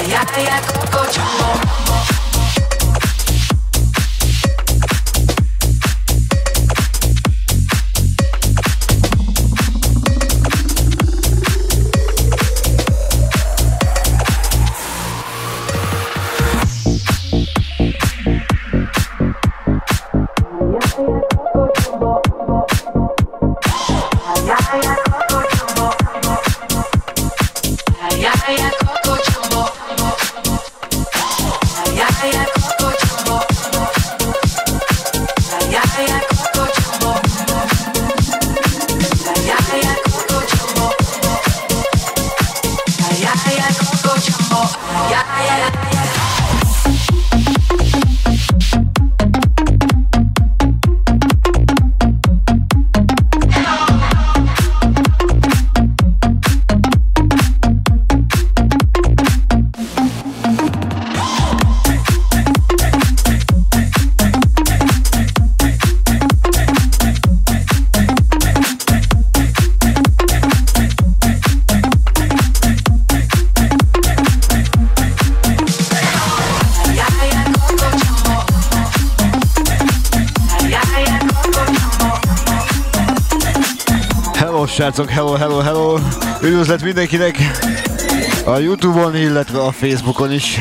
Srácok, hello! Üdvözlet mindenkinek a YouTube-on, illetve a Facebookon is.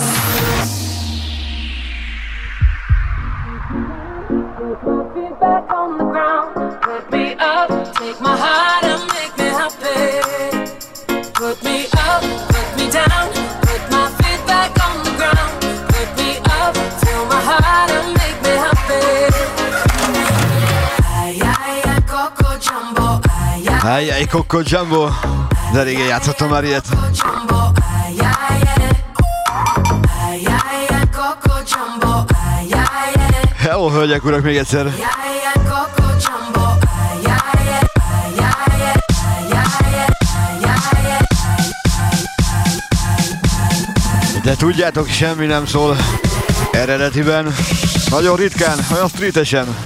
Ajjaj, Coco Jumbo, de régen játszottam már ilyet. Hello, hölgyek, urak, még egyszer. De tudjátok, semmi nem szól eredetiben, nagyon ritkán, olyan streetesen.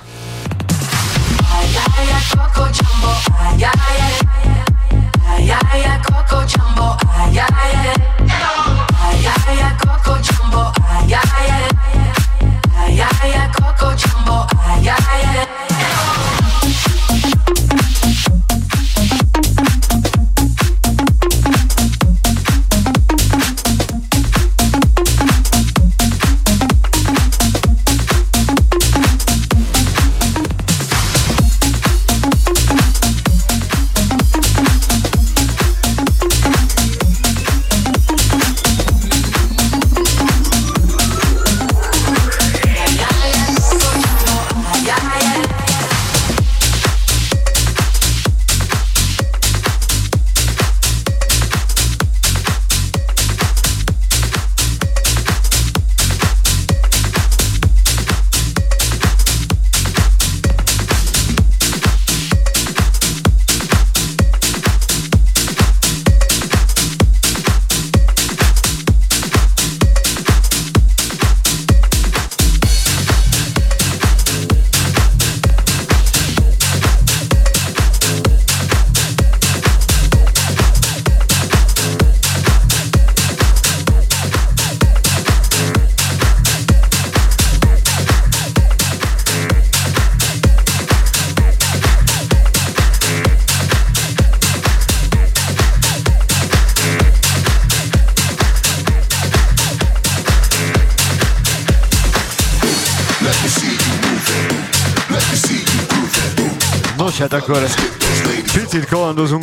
Nos, hát akkor picit kalandozunk.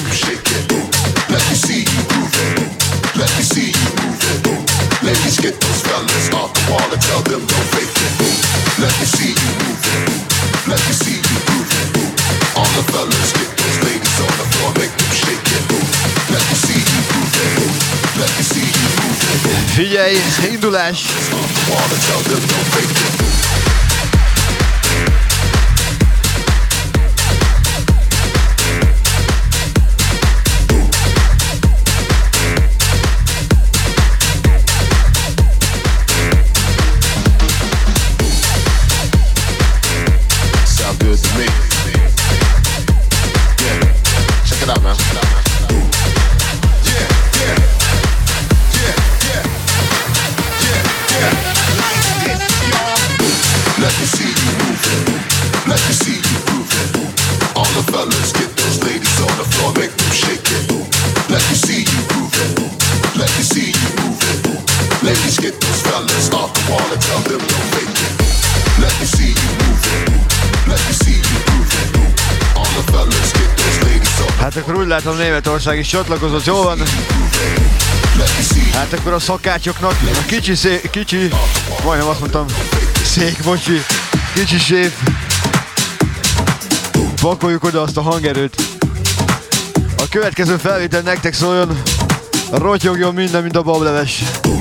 Ladies, get those fellas off the wall and tell them don't fake it. Let me see you move it. Let me see you move it. All the fellas, get those ladies on the floor, make them shake it. Let me see you move it. Let me see you move it. Figyelj, indulás! Off the wall and tell them don't fake it. you grooving. Let me see you moving. Ladies, get those fellas off the wall and tell them don't fake it. Let me see you moving. Let me see you grooving. All the fellas, get those ladies off. Hát akkor úgy látom, Németország is csatlakozott, jól van? Hát akkor a szakácsoknak, a kicsi, majdnem azt mondtam, szék, bocsi, kicsi séf. Pakoljuk oda azt a hangerőt. A következő felvétel nektek szóljon, rotyogjon minden, mint a bableves.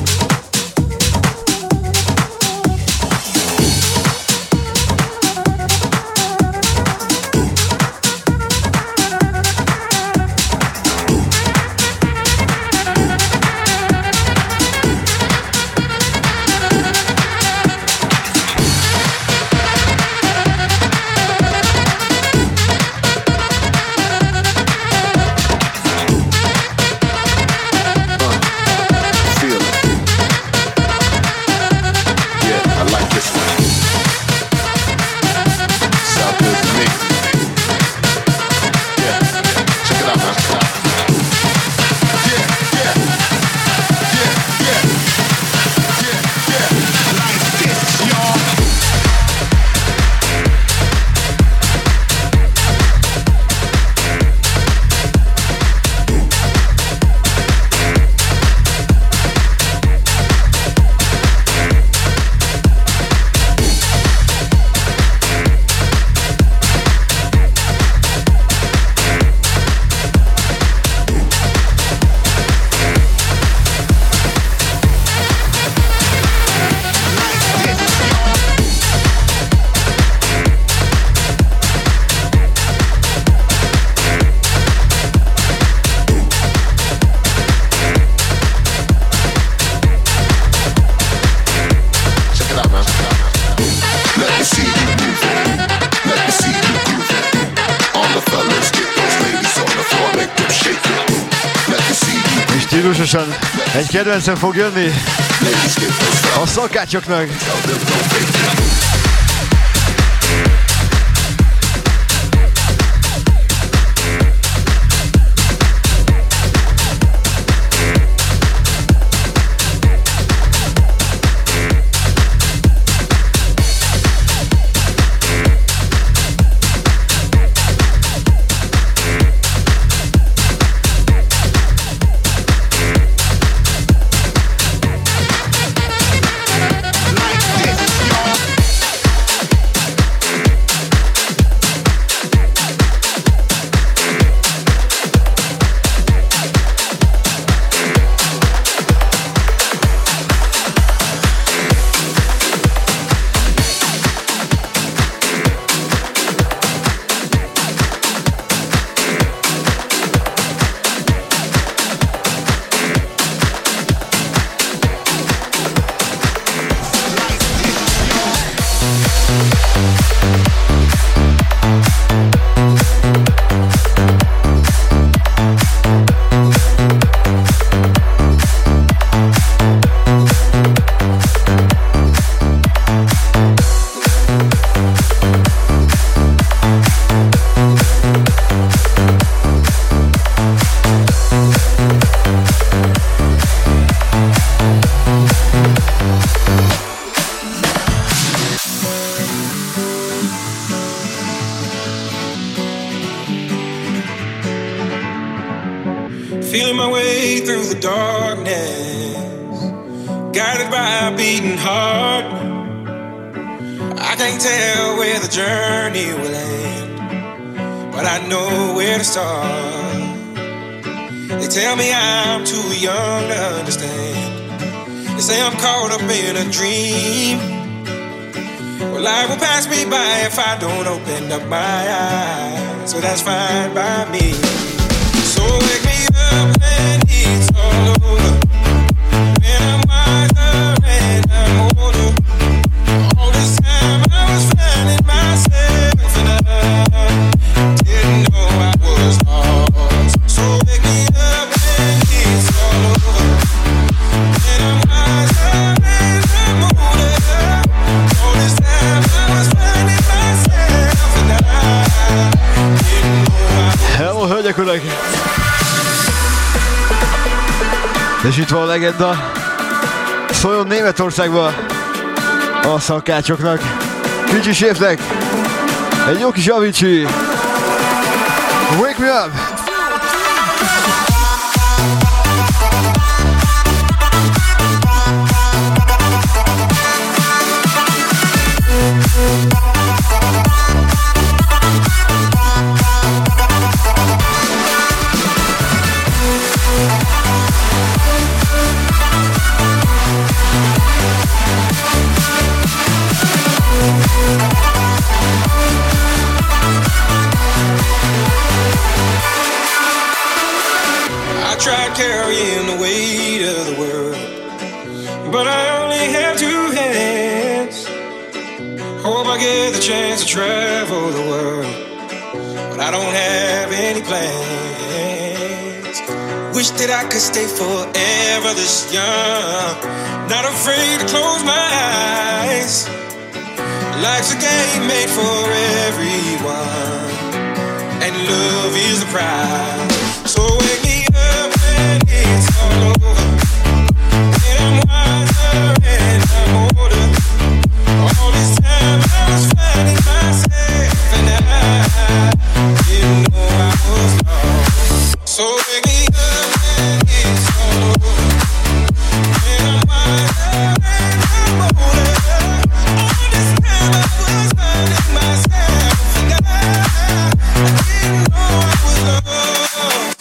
Egy kedvencem fog jönni a szakácsoknak. Feeling my way through the darkness, guided by a beating heart. I can't tell where the journey will end, but I know where to start. They tell me I'm too young to understand. They say I'm caught up in a dream. Well, life will pass me by if I don't open up my eyes, so that's fine by me. So wake me up when it's all over, when I'm wiser and I'm older. All this time I was finding myself and I didn't know I was lost. So wake me up when it's all over, when I'm wiser and I'm older. All this time I was finding myself and I didn't know I was lost. Hello, hölgyek, urak! És itt van a legenda. Szóljon Németországba a szakácsoknak, kicsi séfnek egy jó kis Avicii. Wake me up! Carrying the weight of the world, but I only have two hands. Hope I get the chance to travel the world, but I don't have any plans. Wish that I could stay forever this young, not afraid to close my eyes. Life's a game made for everyone, and love is the prize. So wake me up when it's all over, when I'm wiser and I'm older. All this time I was finding myself and I didn't know I was lost. So wake me up when it's all over, when I'm wiser and I'm older. All this time I was finding myself and I didn't know I was lost.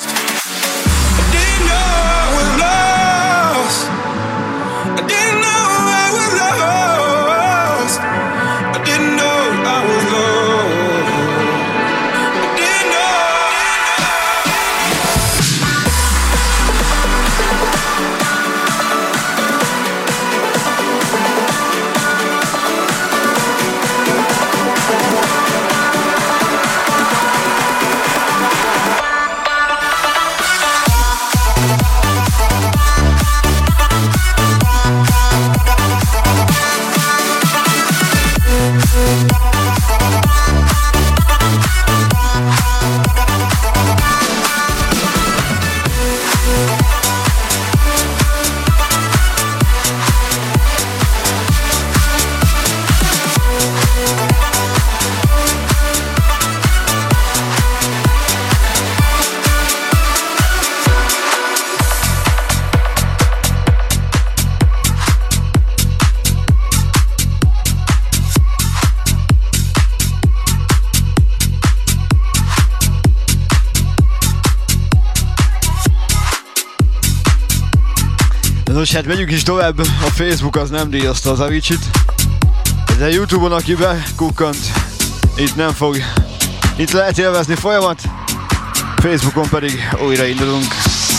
Nos, hát megyünk is tovább, a Facebook az nem díjazta az Avicii-t, de YouTube-on aki bekukkant, itt nem fog, itt lehet élvezni folyamat, Facebookon pedig újra indulunk.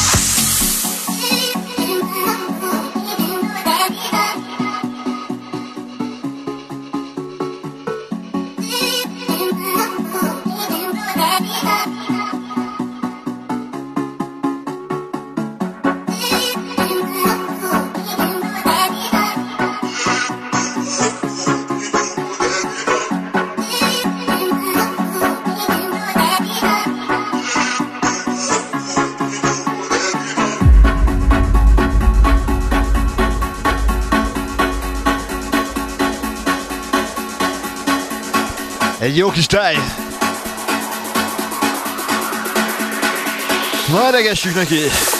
Egy jó kis táj! Majd egessük neki!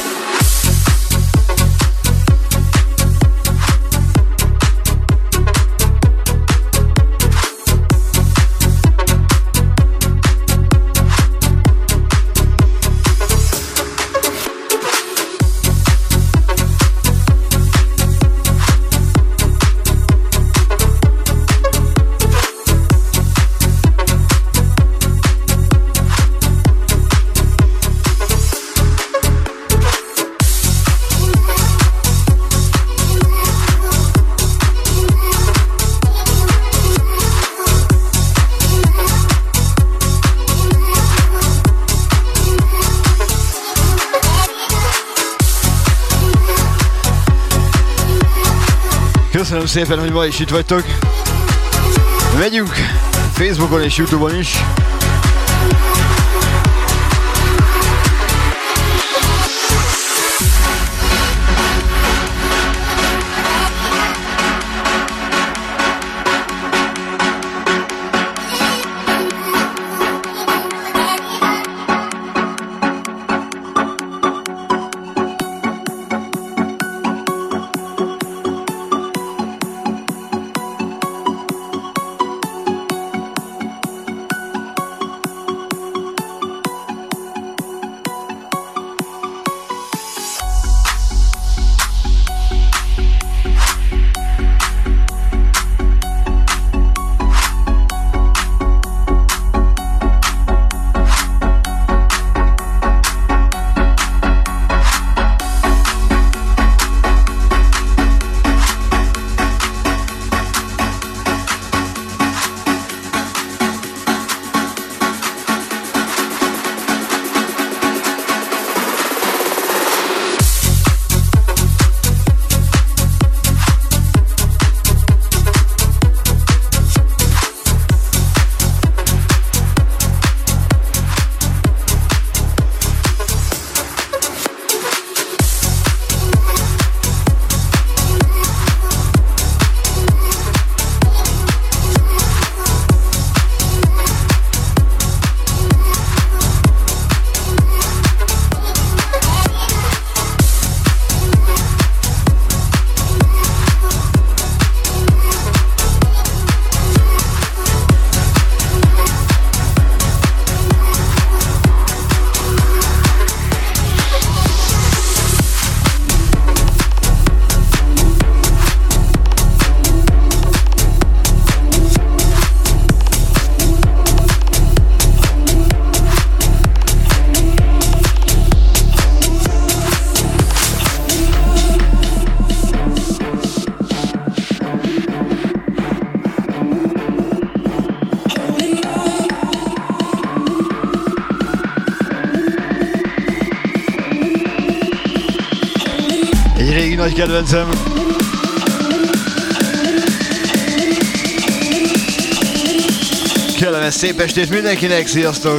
Köszönöm szépen, hogy ma is itt vagytok. Megyünk Facebookon és YouTube-on is. Egy régi nagy kedvencem. Kellemes szép estét mindenkinek, sziasztok!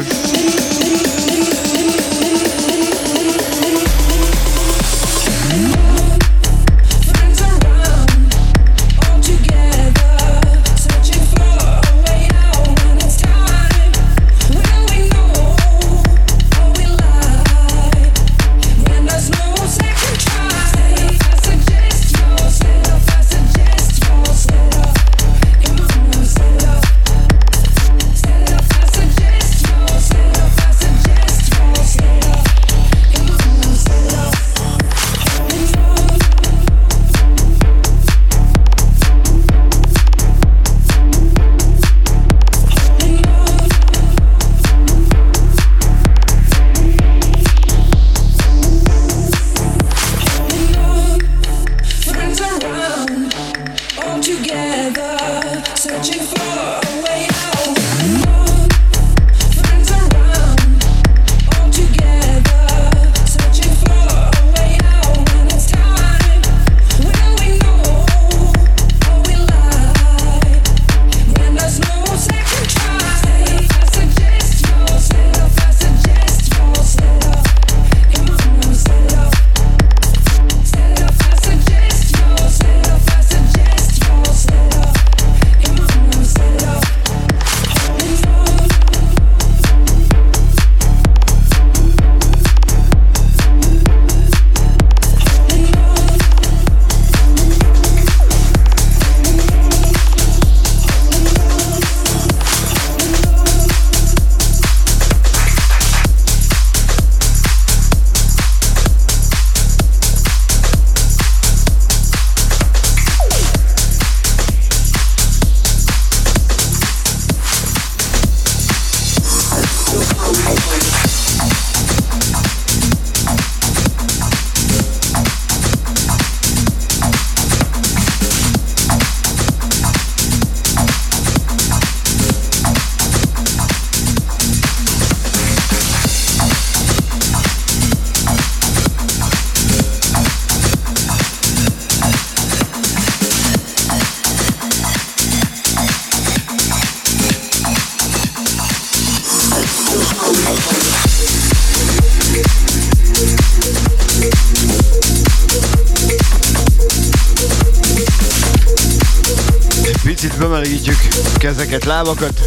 Bemelegítjük kezeket, lábakat.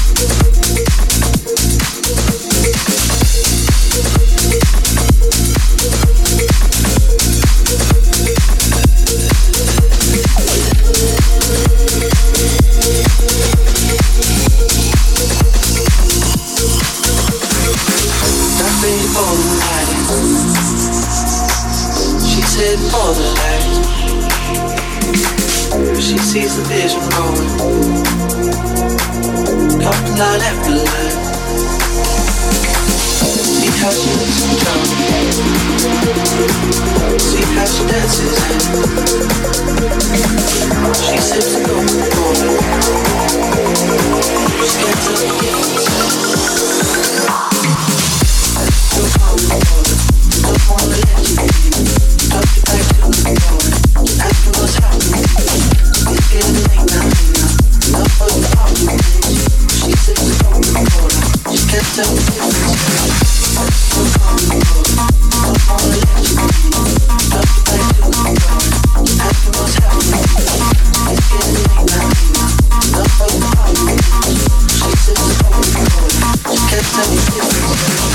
She sees the vision growing, couple line after line. See how she looks in trouble, see how she dances and she sips the Coca-Cola. She gets up and gets don't wanna let you be. Talk you back to the morning, ask me what's happening. It's getting late now, love for the argument. She sips the Coca-Cola, she can't tell the difference. Don't wanna let you be. Talk you back to the morning, ask me what's happening. It's getting late now, love for the argument. She sips the Coca-Cola, she can't tell the difference.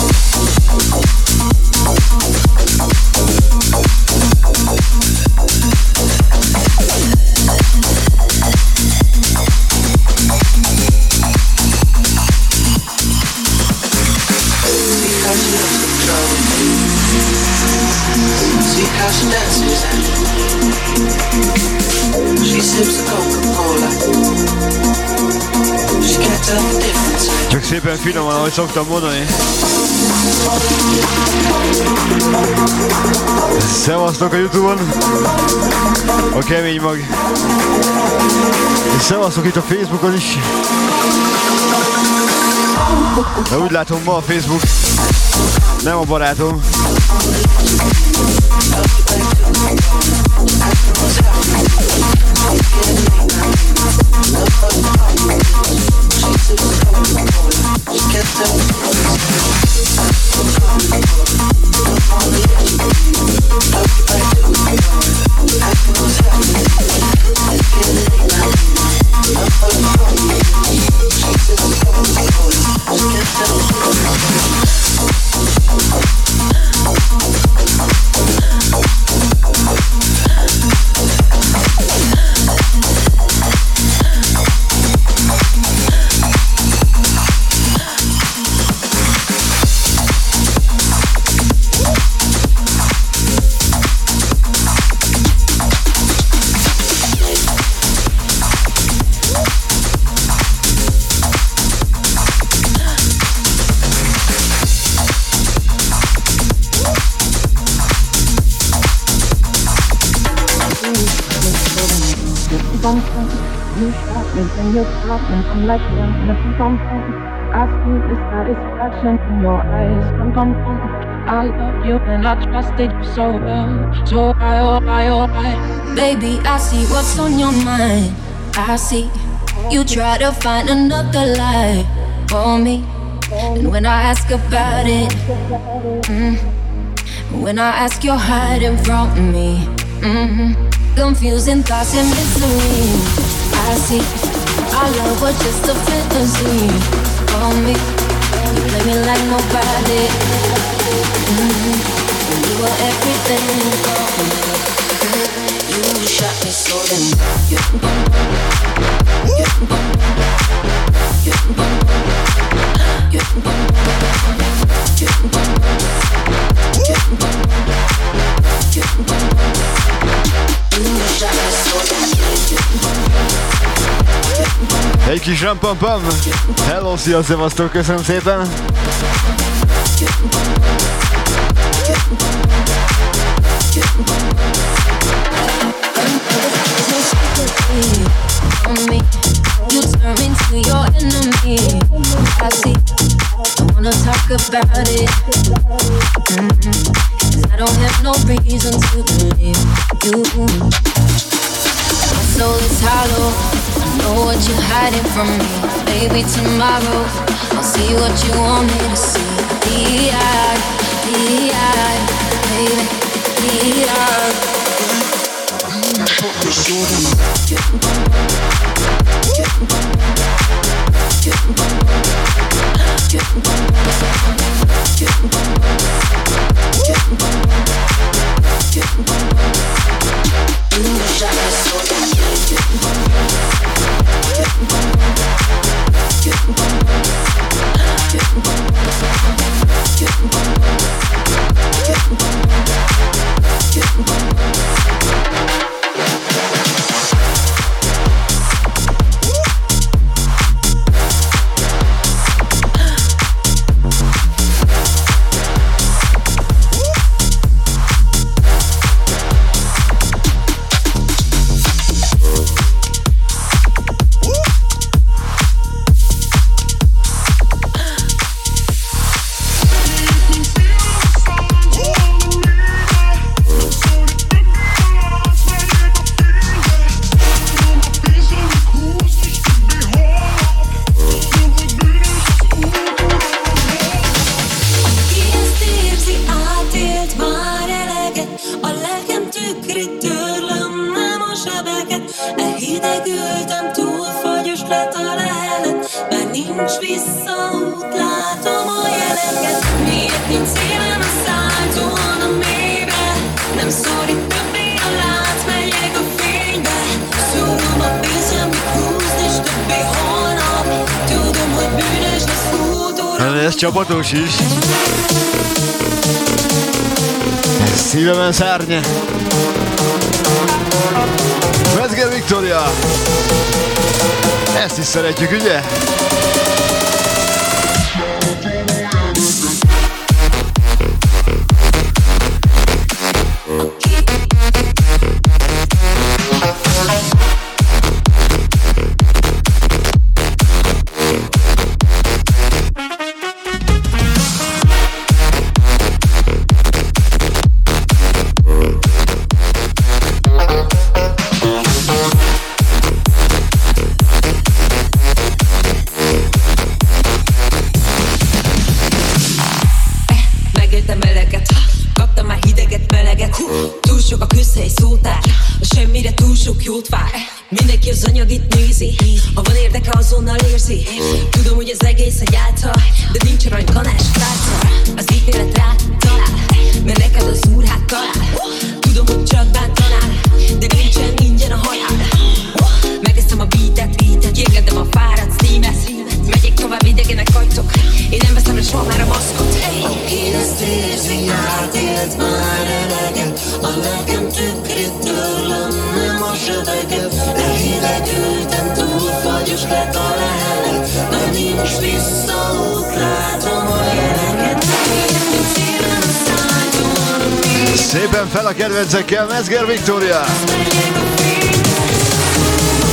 Csak szépen finoman, ahogy szoktam mondani. Szevasztok a YouTube-on, a kemény mag. És szevasztok itt a Facebookon is. De úgy látom, ma a Facebook nem a barátom. bum bum. You shot me, then you drop me. I'm like bum bum. I see the satisfaction in your eyes. Bum bum bum. I love you and I trusted you so well. So I. Baby, I see what's on your mind. I see you try to find another lie for me. And when I ask about it, when I ask, you're hiding from me. Confusing thoughts and misery. I see our love was just a fantasy for me. You play me like nobody. You were everything for me. You shot me so then. You bum bum. You bum bum. You bum bum. You bum bum. You bum bum. You bum bum. You bum bum. You shot me so then. Egy kis rampampam! Hello, szia, szevasztok, köszönöm szépen! You turn into your enemy. I see. I wanna talk about it. 'Cause I don't have no reason to believe you. My soul is hollow. I know what you're hiding from me. Maybe tomorrow I'll see what you want me to see. D.I., D.I., baby, D.I. Ez csapatos is. Ez szívemen szárnya. Metzger Viktória. Ezt is szeretjük, ugye? Szépen fel a kedvencekkel, Metzger Viktória!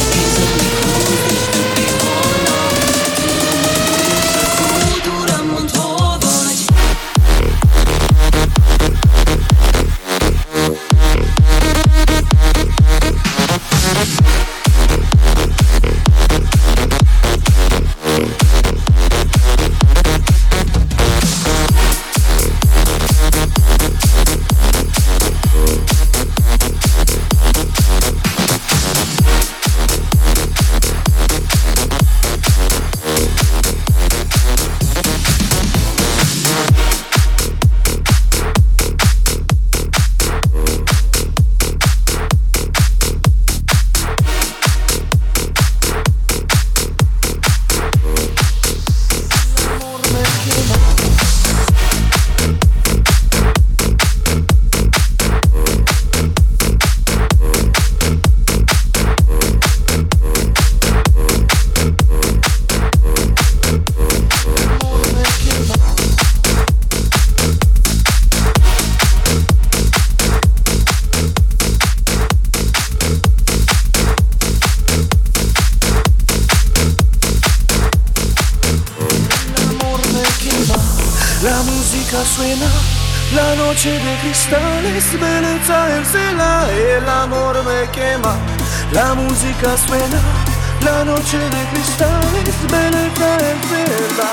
suena, la noche de cristales, belleza en cela, el amor me quema. La música suena, la noche de cristales, belleza en cela.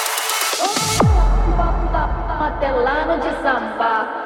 Martelano de samba.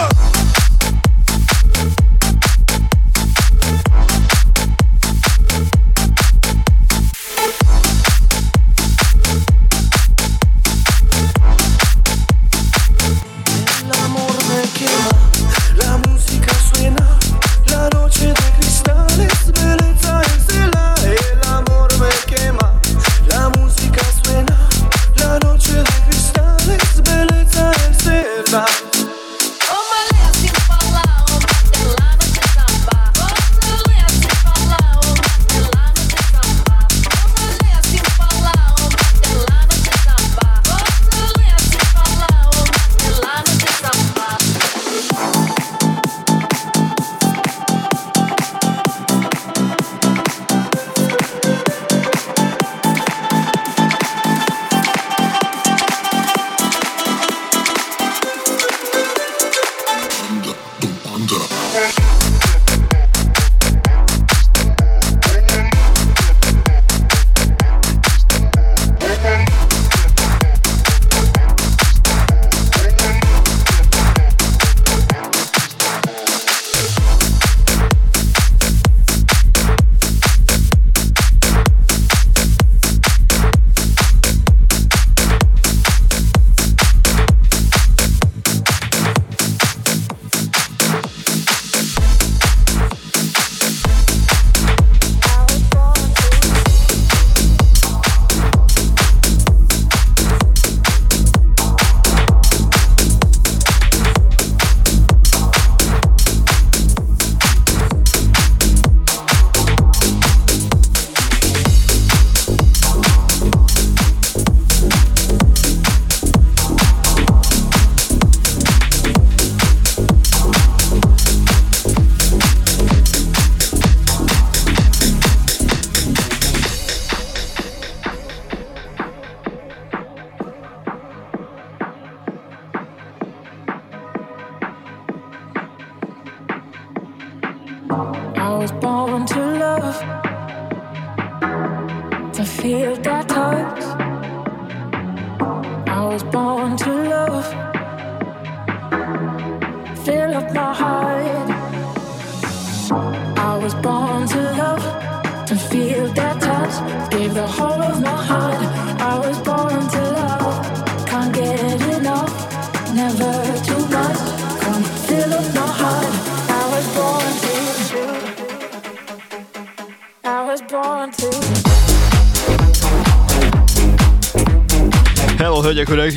Hello, hölgyek, öreg!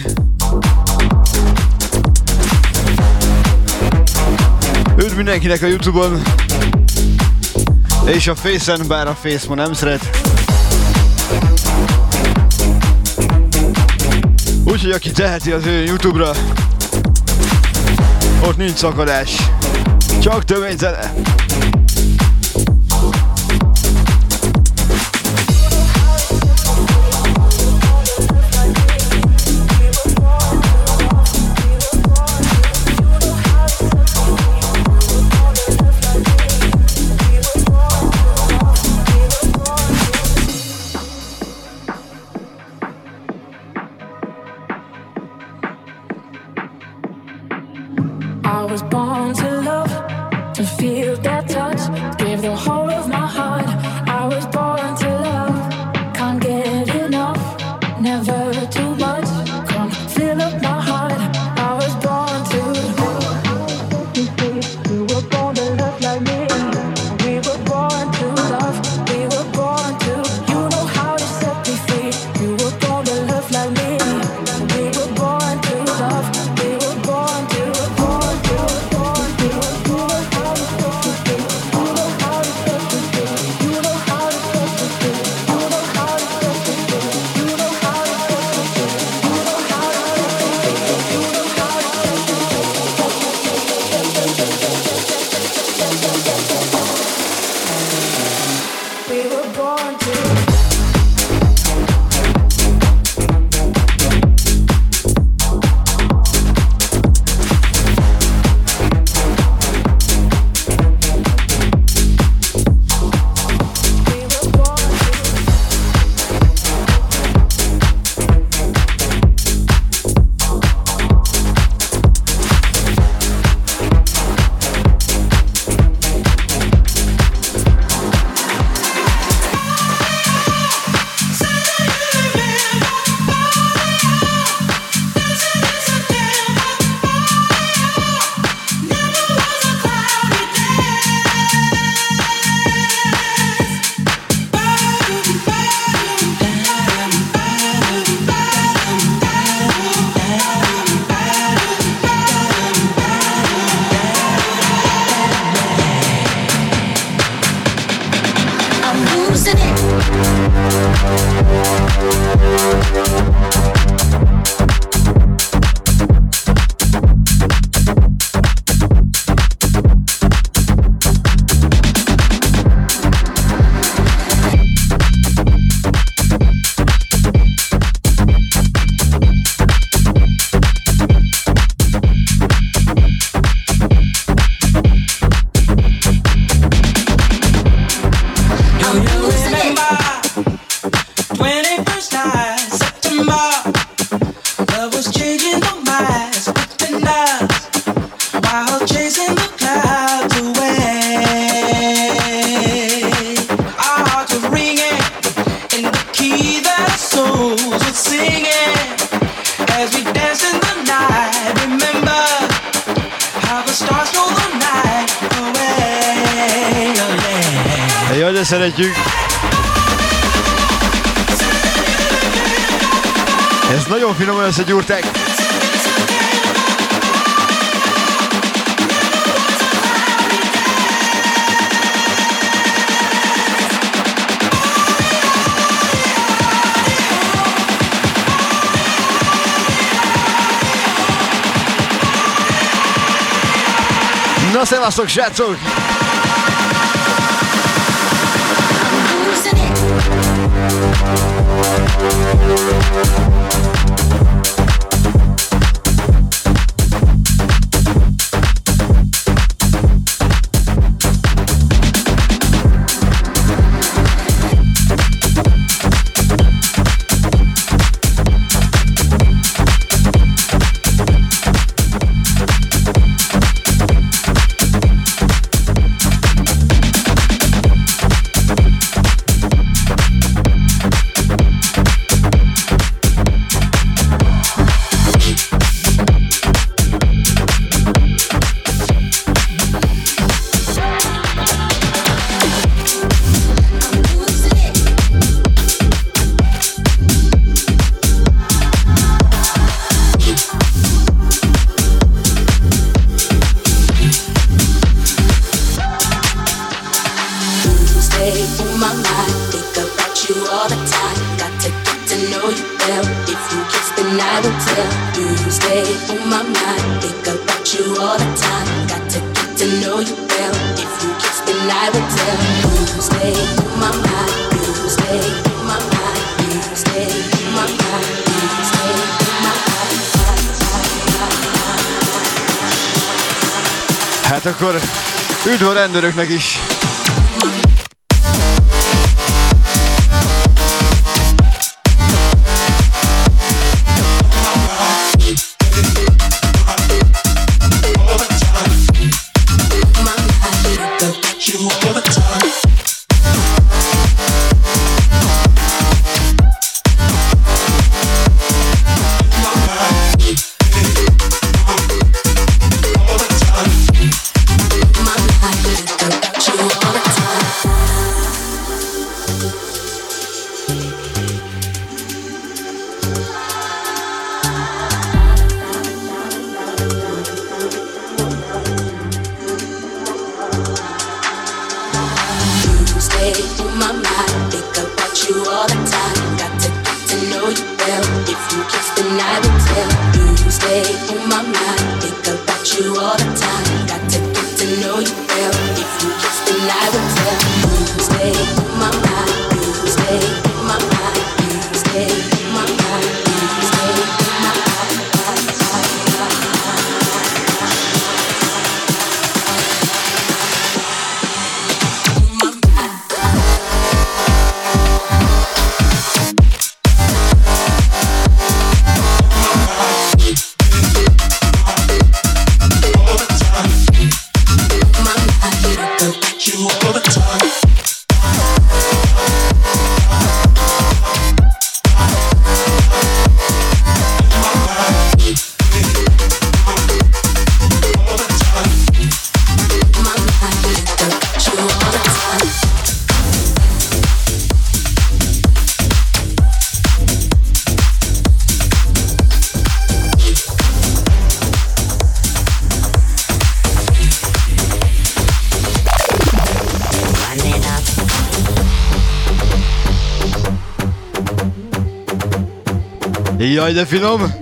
Üdv mindenkinek a YouTube-on és a Face-en, bár a Face ma nem szeret. Úgyhogy aki teheti, az ő YouTube-ra, ott nincs szakadás, csak tömény zene. I was born to love, to feel that touch. Szeretjük. Ez nagyon finoman összegyúrták. Na, szevasztok, srácok! Hát akkor üdv a rendőröknek is! Jaj, de finom!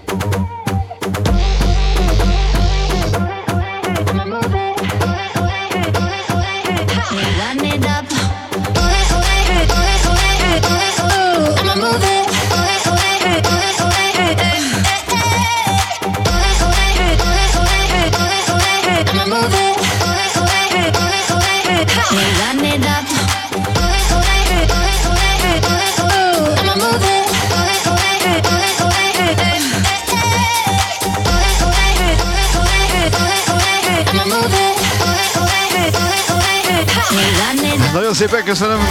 Nagyon szépen köszönöm!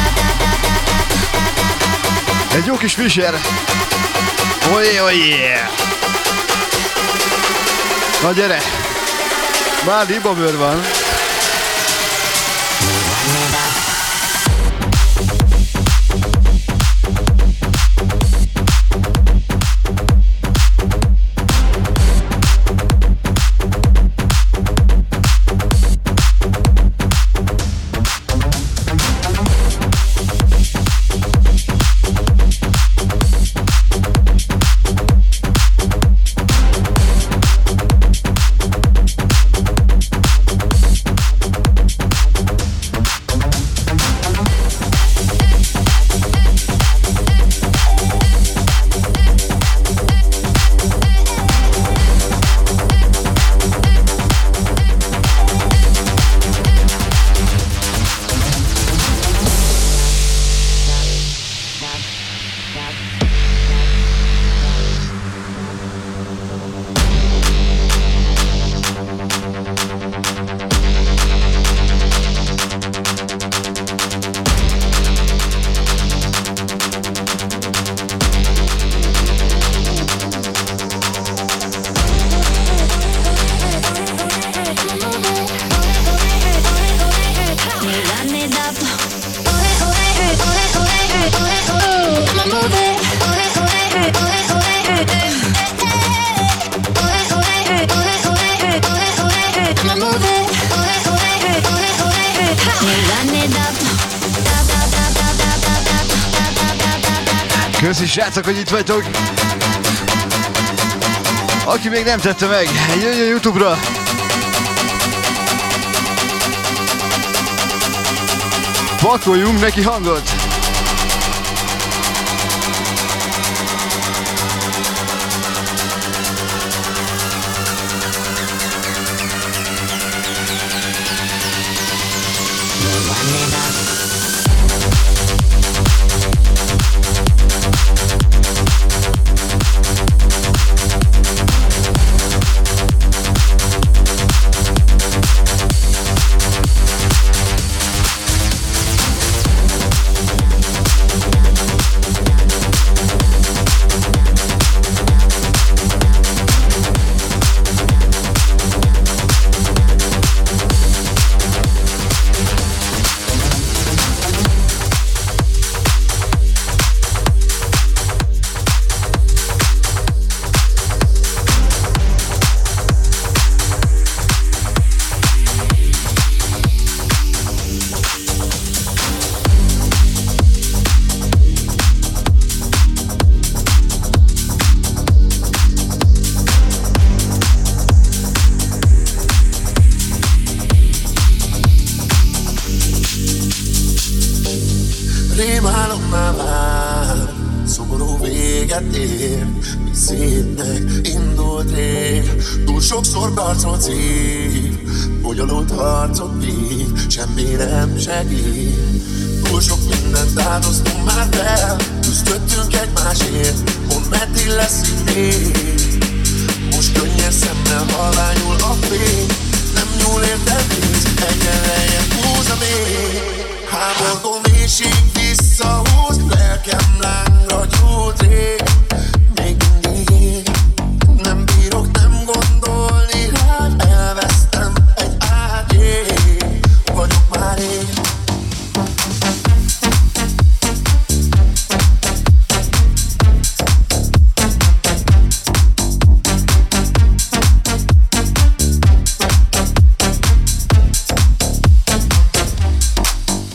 Egy jó kis Fischer! Oh yeah! Na gyere! Már libabőr van! Köszi srácok, hogy itt vagytok! Aki még nem tette meg, jöjjön YouTube-ra! Pakoljunk neki hangot!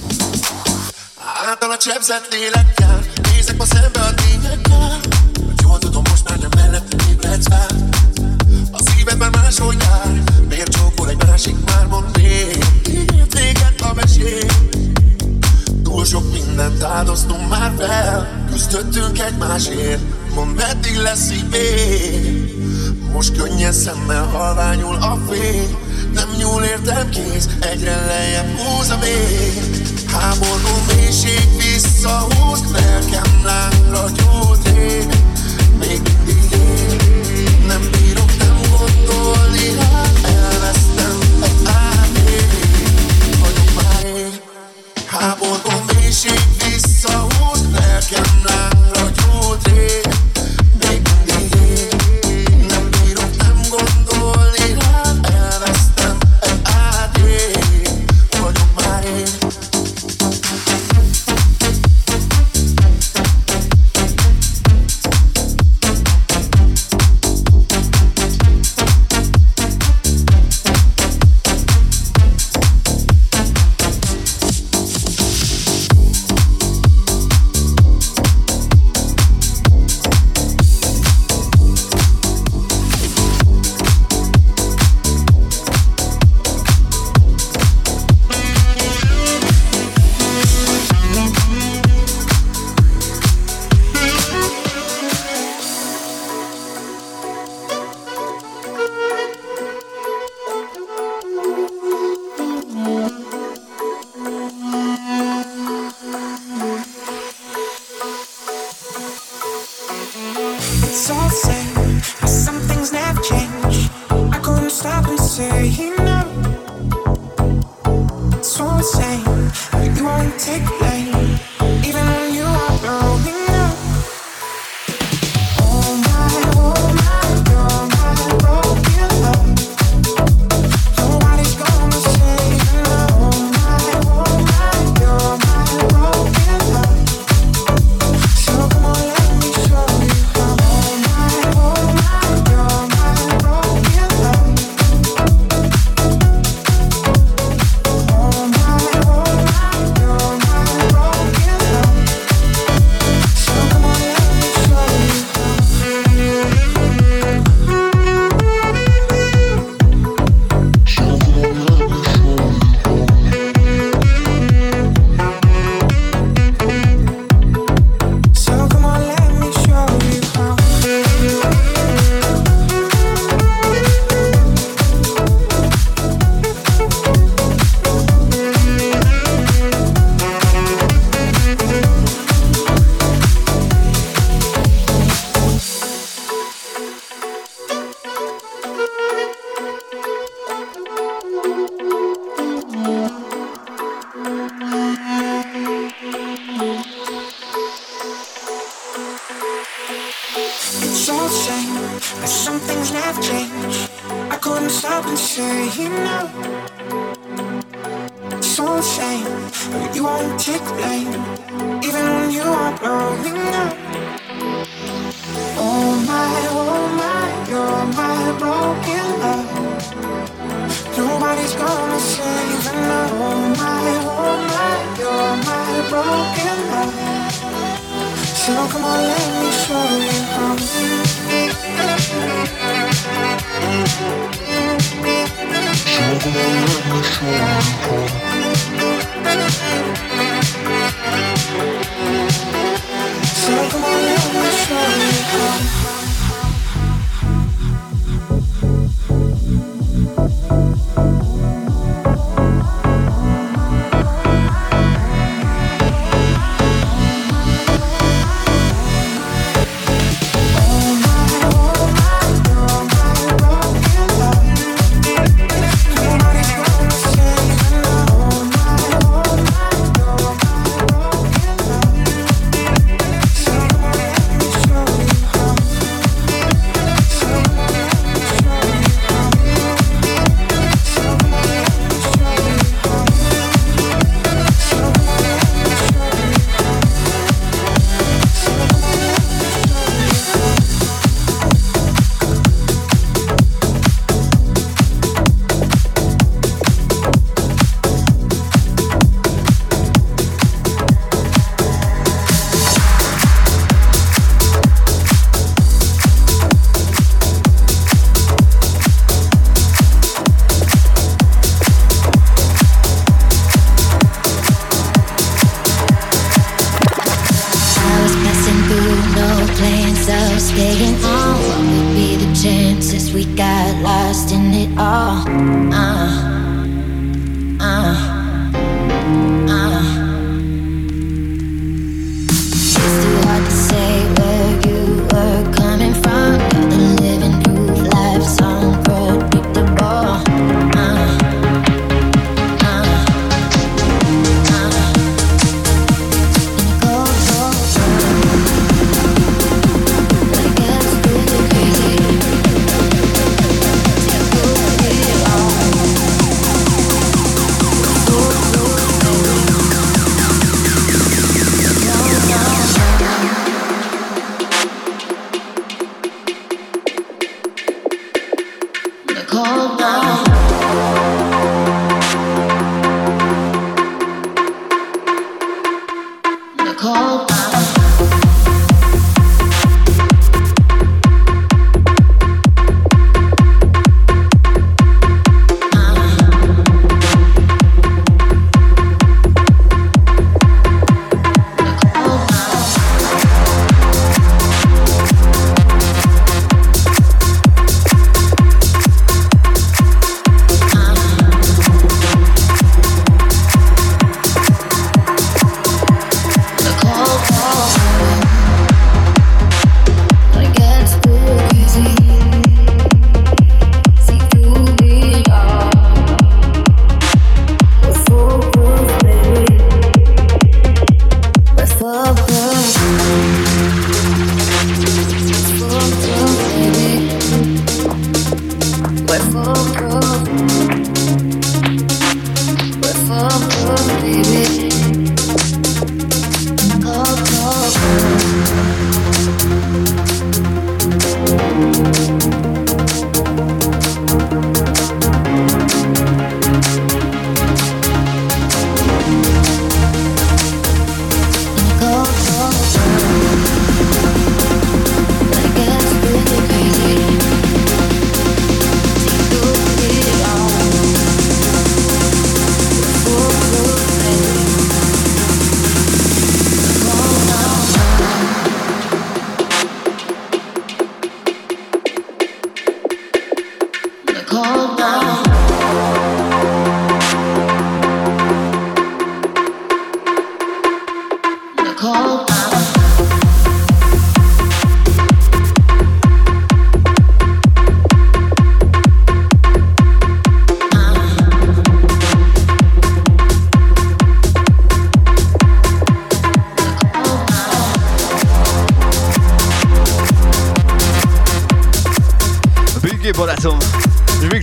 Sebzett lélekkel, nézek ma szembe a tényekkel, hogy szeretsz fel. A szíved már máshol jár. Miért csókol egy másik, már mondd még. Ígért véget a mesél. Túl sok mindent áldoztunk már fel. Küzdöttünk egymásért. Mondd, meddig lesz így még. Most könnyes szemmel halványul a fény. Nem nyúl értem kész, egyre lejjebb húz a mély. Háború mélység visszahúz, lelkem lángra gyújt rég. Még mindig én nem bírok nem gondolni, hát elvesztem egy árnyék. Vagyok már ég. Háború mélység visszahúz, lelkem lángra gyújt rég. Még mindig én nem bírok nem gondolni, hát elvesztem egy árnyék. Vagyok már ég.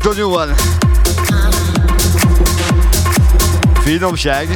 Dr. Newman. Finomság.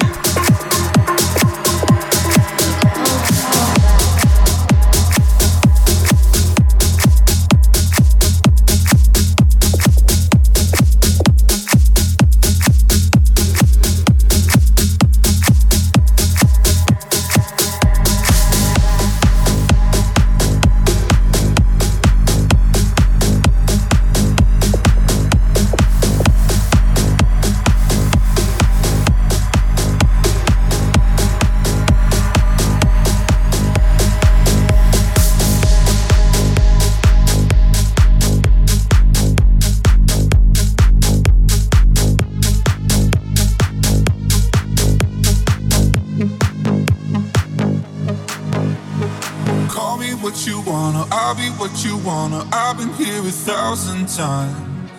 I've been here 1,000 times.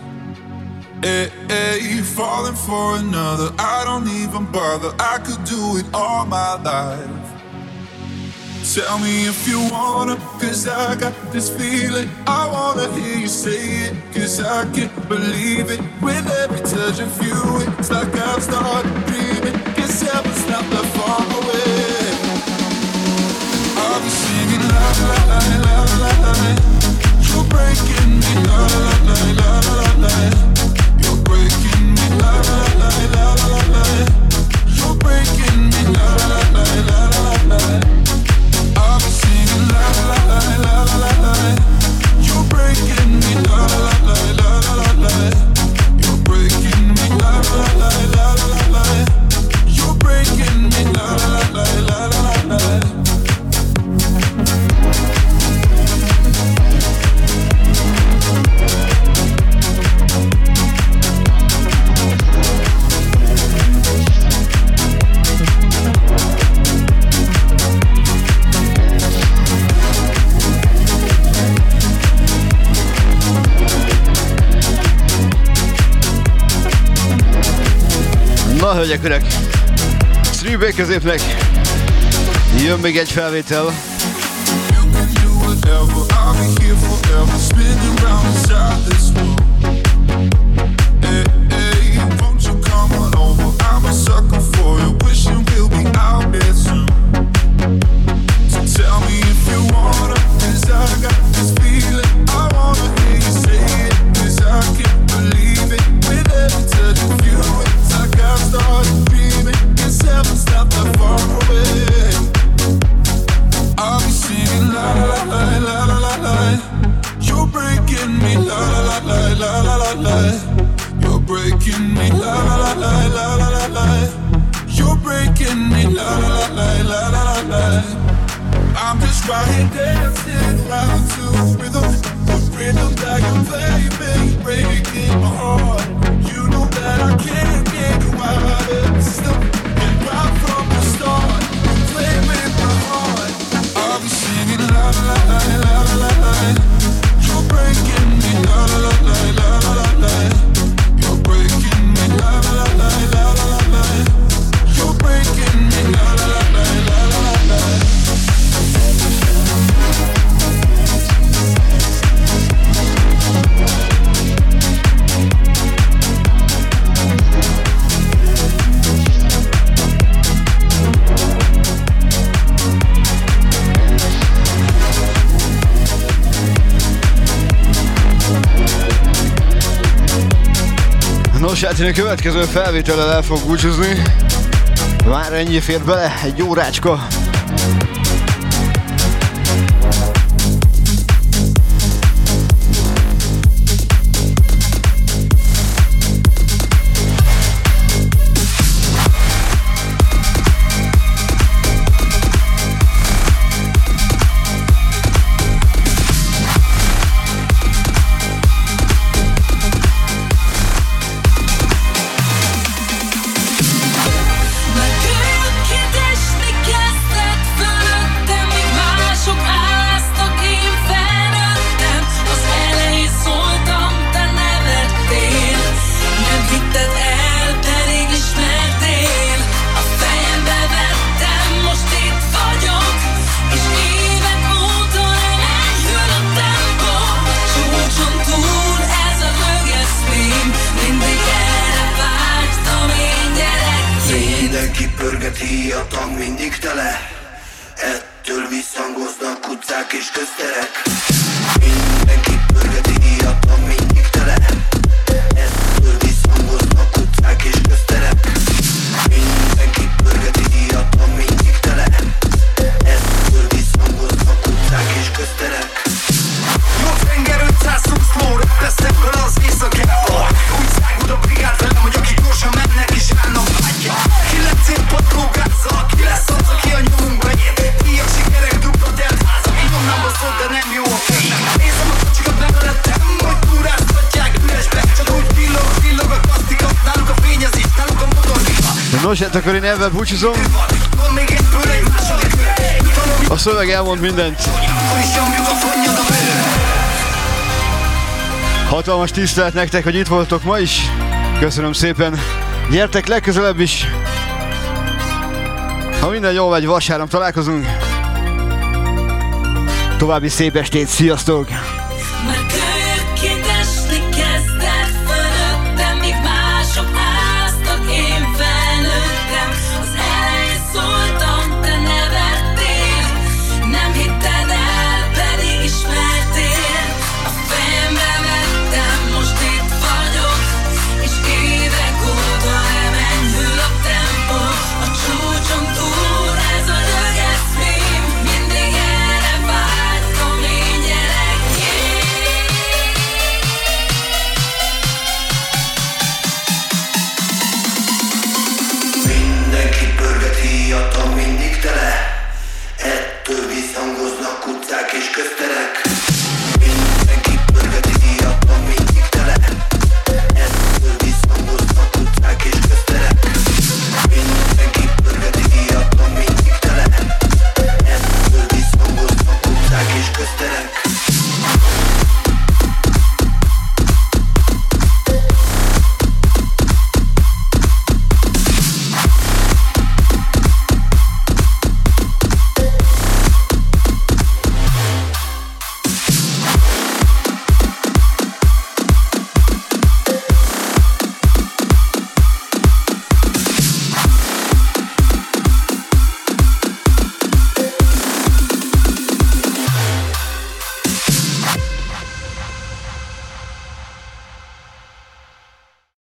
Hey, falling for another, I don't even bother. I could do it all my life. Tell me if you wanna, cause I got this feeling. I wanna hear you say it, cause I can't believe it. With every touch of you, it's like I've started dreaming. Cause heaven's not that far away. I'll be singing la la la la la la. You're breaking me, la la la la la la. You're breaking me, la la la la la la. You're breaking me, la la la la la la. I'll be singing la la la la la la. You're breaking me, la la la la la la. You're breaking me, la la la la la la. You're breaking me, la la la la la la. Na, hölgyek, urak! Streamback középnek jön még egy felvétel. Hát én a következő felvétellel el fog búcsúzni. Már ennyi fér bele, egy órácska. Kezdett fölött pörgeti, a tang mindig tele. Ettől visszhangoznak utcák és közterek. Mindenki pörgeti, a tang mindig tele. Ettől visszhangoznak utcák és közterek. Mindenki pörgeti, a tang mindig tele. Ettől visszhangoznak utcák és közterek. 8 szó, repesztek fel az éjszakával. Újságod a brigád velem, hogy akik gyorsan mennek és állnak vágyja. 9 év patlógázzal, ki lesz az, aki a nyomunkba ér. Díjak, sikerek, dupla telt házak, így onnan baszott, de nem jó a fény. Nézem a kocsikat bevelettem, hogy túráztatják üresbe. Csak úgy villog a kasztikat, náluk a fényezés, náluk a motorvika. Nos, hát akkor én ebben búcsúzom. Van még egyből egy második kör. A szöveg elmond mindent. Akkor is nyomjuk a fonnyad a bőr. Hatalmas tisztelet nektek, hogy itt voltok ma is. Köszönöm szépen. Gyertek legközelebb is. Ha minden jól megy, vasárnap találkozunk. További szép estét, sziasztok! Már kőként esni kezdett fölöttem, míg mások áztak, én felnőttem. Az elején szóltam, te nevettél, nem hitted el, pedig ismertél. A fejembe vettem, most itt vagyok, és évek óta emenyhül a tempó. A csúcson túl ez a lögeszmém, mindig erre vágytam én gyerekként. Mindenki pörgeti, a tang mindig tele.